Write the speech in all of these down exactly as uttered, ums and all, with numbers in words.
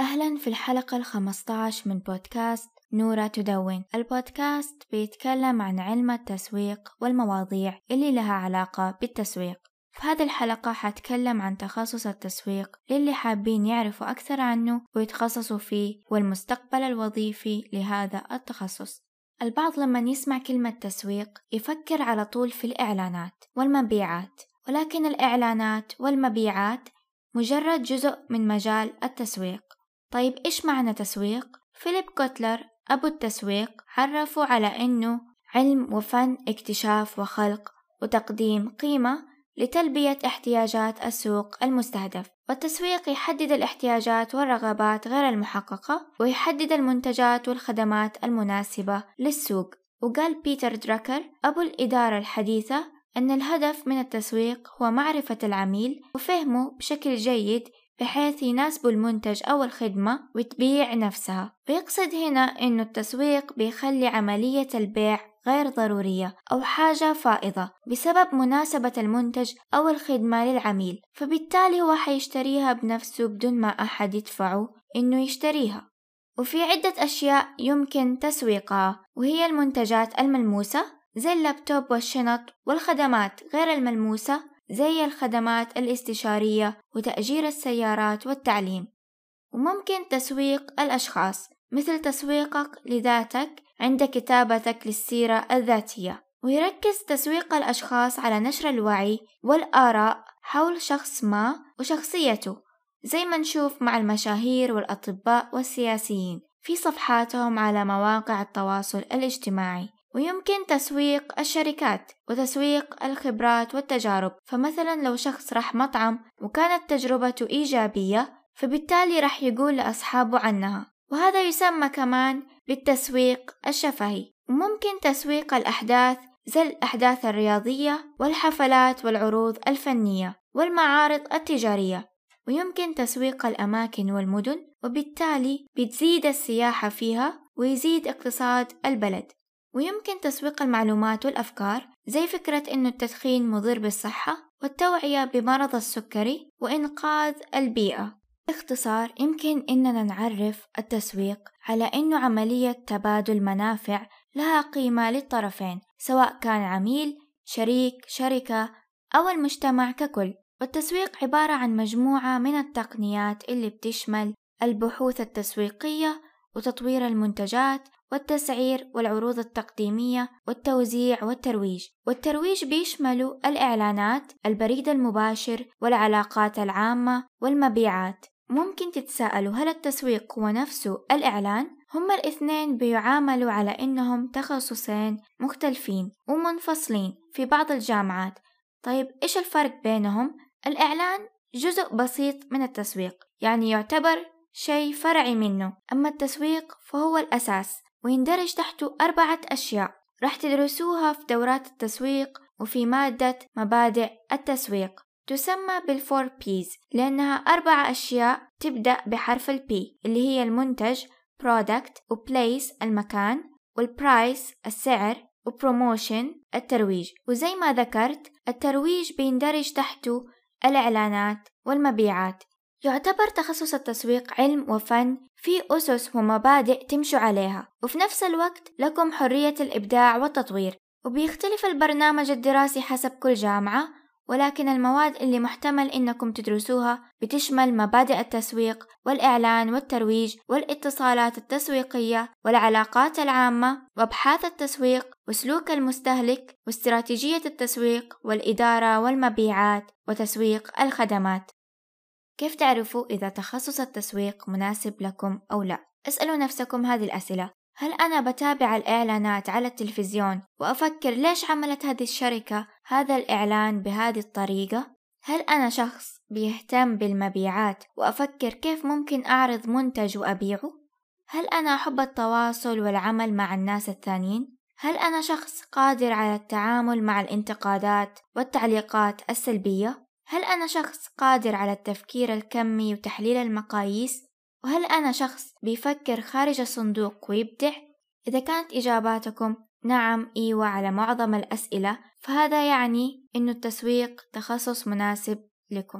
أهلا في الحلقة الخمسة عشر من بودكاست نورة تدون. البودكاست بيتكلم عن علم التسويق والمواضيع اللي لها علاقة بالتسويق. في هذه الحلقة حتكلم عن تخصص التسويق للي حابين يعرفوا أكثر عنه ويتخصصوا فيه والمستقبل الوظيفي لهذا التخصص. البعض لما يسمع كلمة تسويق يفكر على طول في الإعلانات والمبيعات، ولكن الإعلانات والمبيعات مجرد جزء من مجال التسويق. طيب إيش معنى تسويق؟ فيليب كوتلر أبو التسويق عرفوا على أنه علم وفن اكتشاف وخلق وتقديم قيمة لتلبية احتياجات السوق المستهدف. والتسويق يحدد الاحتياجات والرغبات غير المحققة ويحدد المنتجات والخدمات المناسبة للسوق. وقال بيتر دراكر أبو الإدارة الحديثة أن الهدف من التسويق هو معرفة العميل وفهمه بشكل جيد بحيث يناسب المنتج أو الخدمة وتبيع نفسها. ويقصد هنا أن التسويق بيخلي عملية البيع غير ضرورية أو حاجة فائضة بسبب مناسبة المنتج أو الخدمة للعميل، فبالتالي هو حيشتريها بنفسه بدون ما أحد يدفعه إنه يشتريها. وفي عدة أشياء يمكن تسويقها، وهي المنتجات الملموسة زي اللابتوب والشنط، والخدمات غير الملموسة زي الخدمات الاستشارية وتأجير السيارات والتعليم. وممكن تسويق الأشخاص مثل تسويقك لذاتك عند كتابتك للسيرة الذاتية. ويركز تسويق الأشخاص على نشر الوعي والآراء حول شخص ما وشخصيته، زي ما نشوف مع المشاهير والأطباء والسياسيين في صفحاتهم على مواقع التواصل الاجتماعي. ويمكن تسويق الشركات وتسويق الخبرات والتجارب، فمثلا لو شخص راح مطعم وكانت تجربته إيجابية فبالتالي راح يقول لأصحابه عنها، وهذا يسمى كمان بالتسويق الشفهي. وممكن تسويق الأحداث زي الأحداث الرياضية والحفلات والعروض الفنية والمعارض التجارية. ويمكن تسويق الأماكن والمدن، وبالتالي بتزيد السياحة فيها ويزيد اقتصاد البلد. ويمكن تسويق المعلومات والأفكار زي فكرة أن التدخين مضر بالصحة والتوعية بمرض السكري وإنقاذ البيئة. باختصار يمكن أننا نعرف التسويق على أنه عملية تبادل منافع لها قيمة للطرفين، سواء كان عميل، شريك، شركة أو المجتمع ككل. والتسويق عبارة عن مجموعة من التقنيات اللي بتشمل البحوث التسويقية وتطوير المنتجات والتسعير والعروض التقديمية والتوزيع والترويج. والترويج بيشملوا الإعلانات، البريد المباشر، والعلاقات العامة والمبيعات. ممكن تتساءلوا هل التسويق هو نفسه الإعلان؟ هما الاثنين بيعاملوا على إنهم تخصصين مختلفين ومنفصلين في بعض الجامعات. طيب إيش الفرق بينهم؟ الإعلان جزء بسيط من التسويق، يعني يعتبر شيء فرعي منه، أما التسويق فهو الأساس ويندرج تحته أربعة أشياء راح تدرسوها في دورات التسويق وفي مادة مبادئ التسويق، تسمى بالفور بيز لأنها أربع أشياء تبدأ بحرف البي اللي هي المنتج product، وبليس المكان، والبرايس السعر، وبروموشن الترويج. وزي ما ذكرت الترويج بيندرج تحته الإعلانات والمبيعات. يعتبر تخصص التسويق علم وفن في أسس ومبادئ تمشوا عليها، وفي نفس الوقت لكم حرية الإبداع والتطوير. وبيختلف البرنامج الدراسي حسب كل جامعة، ولكن المواد اللي محتمل إنكم تدرسوها بتشمل مبادئ التسويق والإعلان والترويج والاتصالات التسويقية والعلاقات العامة وأبحاث التسويق وسلوك المستهلك واستراتيجية التسويق والإدارة والمبيعات وتسويق الخدمات. كيف تعرفوا إذا تخصص التسويق مناسب لكم أو لا؟ اسألوا نفسكم هذه الأسئلة: هل أنا بتابع الإعلانات على التلفزيون وأفكر ليش عملت هذه الشركة هذا الإعلان بهذه الطريقة؟ هل أنا شخص بيهتم بالمبيعات وأفكر كيف ممكن أعرض منتج وأبيعه؟ هل أنا أحب التواصل والعمل مع الناس الثانيين؟ هل أنا شخص قادر على التعامل مع الانتقادات والتعليقات السلبية؟ هل أنا شخص قادر على التفكير الكمي وتحليل المقاييس؟ وهل أنا شخص بيفكر خارج الصندوق ويبدع؟ إذا كانت إجاباتكم نعم إيوة على معظم الأسئلة، فهذا يعني إنه التسويق تخصص مناسب لكم.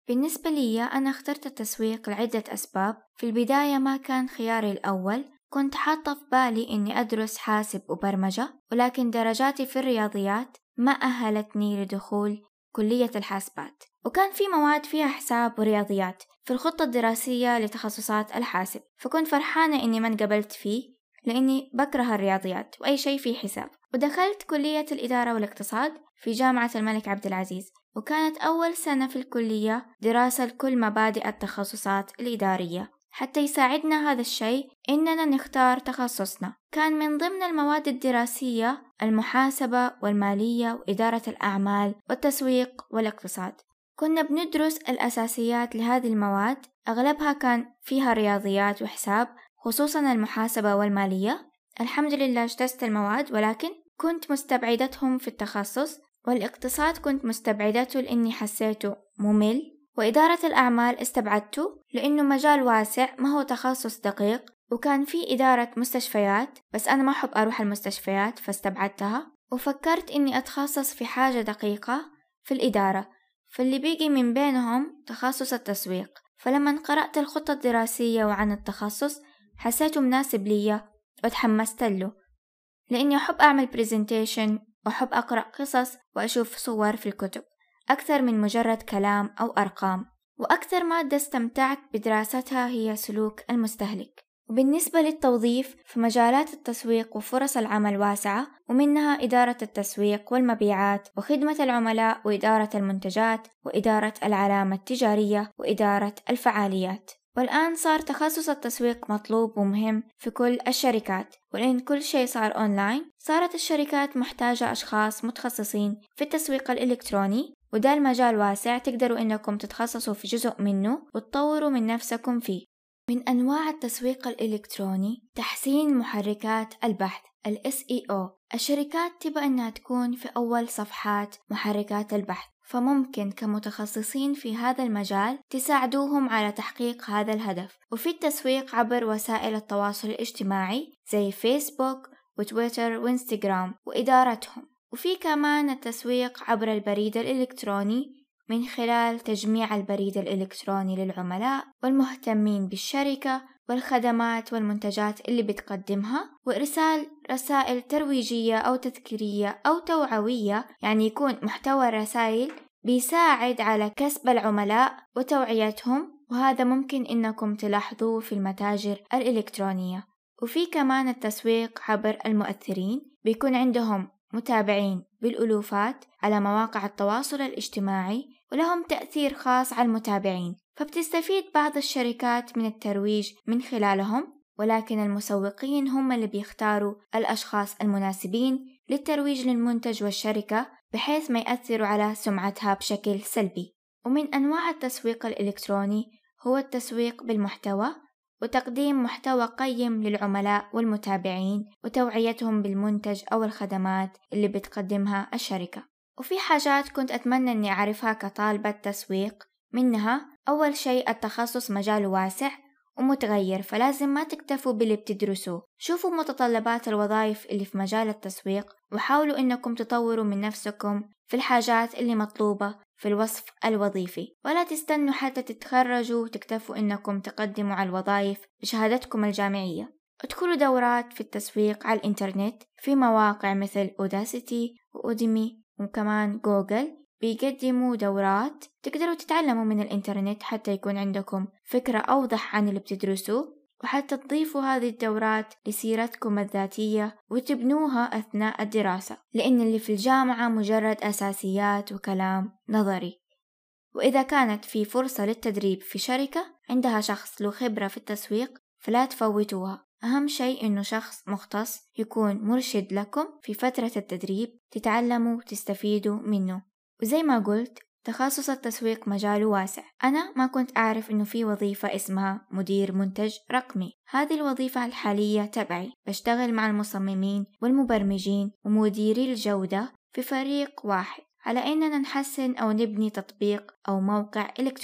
بالنسبة لي أنا اخترت التسويق لعدة أسباب. في البداية ما كان خياري الأول، كنت حاطة في بالي إني أدرس حاسب وبرمجة، ولكن درجاتي في الرياضيات ما أهلتني لدخول كلية الحاسبات، وكان في مواد فيها حساب ورياضيات في الخطة الدراسية لتخصصات الحاسب، فكنت فرحانة إني ما انقبلت فيه لأني بكره الرياضيات وأي شيء فيه حساب. ودخلت كلية الإدارة والاقتصاد في جامعة الملك عبد العزيز، وكانت أول سنة في الكلية دراسة لكل مبادئ التخصصات الإدارية حتى يساعدنا هذا الشيء إننا نختار تخصصنا. كان من ضمن المواد الدراسية المحاسبة والمالية وإدارة الأعمال والتسويق والاقتصاد. كنا بندرس الأساسيات لهذه المواد، أغلبها كان فيها رياضيات وحساب، خصوصا المحاسبة والمالية. الحمد لله اجتزت المواد، ولكن كنت مستبعدتهم في التخصص. والاقتصاد كنت مستبعدته لأني حسيته ممل، وإدارة الأعمال استبعدته لأنه مجال واسع ما هو تخصص دقيق، وكان في إدارة مستشفيات بس أنا ما أحب أروح المستشفيات فاستبعدتها. وفكرت إني أتخصص في حاجة دقيقة في الإدارة، فاللي بيجي من بينهم تخصص التسويق. فلما قرأت الخطة الدراسية وعن التخصص حسيته مناسب لي وتحمست له، لأني أحب أعمل بريزنتيشن وأحب أقرأ قصص وأشوف صور في الكتب أكثر من مجرد كلام أو أرقام. وأكثر مادة استمتعت بدراستها هي سلوك المستهلك. وبالنسبة للتوظيف، فمجالات التسويق وفرص العمل واسعة، ومنها إدارة التسويق والمبيعات وخدمة العملاء وإدارة المنتجات وإدارة العلامة التجارية وإدارة الفعاليات. والآن صار تخصص التسويق مطلوب ومهم في كل الشركات، ولأن كل شيء صار أونلاين صارت الشركات محتاجة أشخاص متخصصين في التسويق الإلكتروني، وده المجال واسع تقدروا إنكم تتخصصوا في جزء منه وتطوروا من نفسكم فيه. من أنواع التسويق الإلكتروني تحسين محركات البحث ال إس إي أو. الشركات تبقى أنها تكون في أول صفحات محركات البحث، فممكن كمتخصصين في هذا المجال تساعدوهم على تحقيق هذا الهدف. وفي التسويق عبر وسائل التواصل الاجتماعي زي فيسبوك وتويتر وإنستغرام وإدارتهم. وفي كمان التسويق عبر البريد الإلكتروني من خلال تجميع البريد الإلكتروني للعملاء والمهتمين بالشركة والخدمات والمنتجات اللي بتقدمها، وإرسال رسائل ترويجية أو تذكيرية أو توعوية، يعني يكون محتوى الرسائل بيساعد على كسب العملاء وتوعيتهم، وهذا ممكن إنكم تلاحظوه في المتاجر الإلكترونية. وفي كمان التسويق عبر المؤثرين، بيكون عندهم متابعين بالألوفات على مواقع التواصل الاجتماعي ولهم تأثير خاص على المتابعين، فبتستفيد بعض الشركات من الترويج من خلالهم، ولكن المسوقين هم اللي بيختاروا الأشخاص المناسبين للترويج للمنتج والشركة بحيث ما يأثروا على سمعتها بشكل سلبي. ومن أنواع التسويق الإلكتروني هو التسويق بالمحتوى، وتقديم محتوى قيم للعملاء والمتابعين وتوعيتهم بالمنتج أو الخدمات اللي بتقدمها الشركة. وفي حاجات كنت أتمنى أني أعرفها كطالبة تسويق، منها أول شيء التخصص مجال واسع ومتغير، فلازم ما تكتفوا باللي بتدرسوه، شوفوا متطلبات الوظائف اللي في مجال التسويق وحاولوا أنكم تطوروا من نفسكم في الحاجات اللي مطلوبة في الوصف الوظيفي، ولا تستنوا حتى تتخرجوا وتكتفوا أنكم تقدموا على الوظائف بشهادتكم الجامعية. ادخلوا دورات في التسويق على الإنترنت في مواقع مثل أوداسيتي وأوديمي وكمان جوجل، بيقدموا دورات تقدروا تتعلموا من الإنترنت حتى يكون عندكم فكرة أوضح عن اللي بتدرسوه، وحتى تضيفوا هذه الدورات لسيرتكم الذاتية وتبنوها أثناء الدراسة، لأن اللي في الجامعة مجرد أساسيات وكلام نظري. وإذا كانت في فرصة للتدريب في شركة عندها شخص له خبرة في التسويق فلا تفوتوها. أهم شيء إنه شخص مختص يكون مرشد لكم في فترة التدريب تتعلموا وتستفيدوا منه. وزي ما قلت تخصص التسويق مجاله واسع. أنا ما كنت أعرف إنه في وظيفة اسمها مدير منتج رقمي. هذه الوظيفة الحالية تبعي، بشتغل مع المصممين والمبرمجين ومديري الجودة في فريق واحد على إننا نحسن أو نبني تطبيق أو موقع إلكتروني.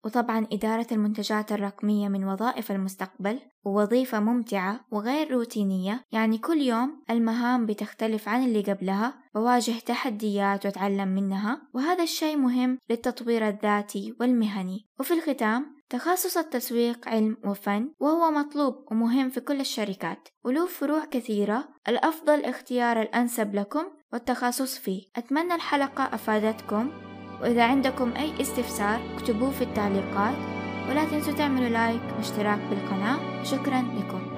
وطبعا إدارة المنتجات الرقمية من وظائف المستقبل، ووظيفة ممتعة وغير روتينية، يعني كل يوم المهام بتختلف عن اللي قبلها، بواجه تحديات وأتعلم منها، وهذا الشيء مهم للتطوير الذاتي والمهني. وفي الختام، تخصص التسويق علم وفن، وهو مطلوب ومهم في كل الشركات، وله فروع كثيرة. الأفضل اختيار الأنسب لكم والتخصص فيه. أتمنى الحلقة أفادتكم، وإذا عندكم أي استفسار اكتبوه في التعليقات، ولا تنسوا تعملوا لايك واشتراك بالقناة. شكرا لكم.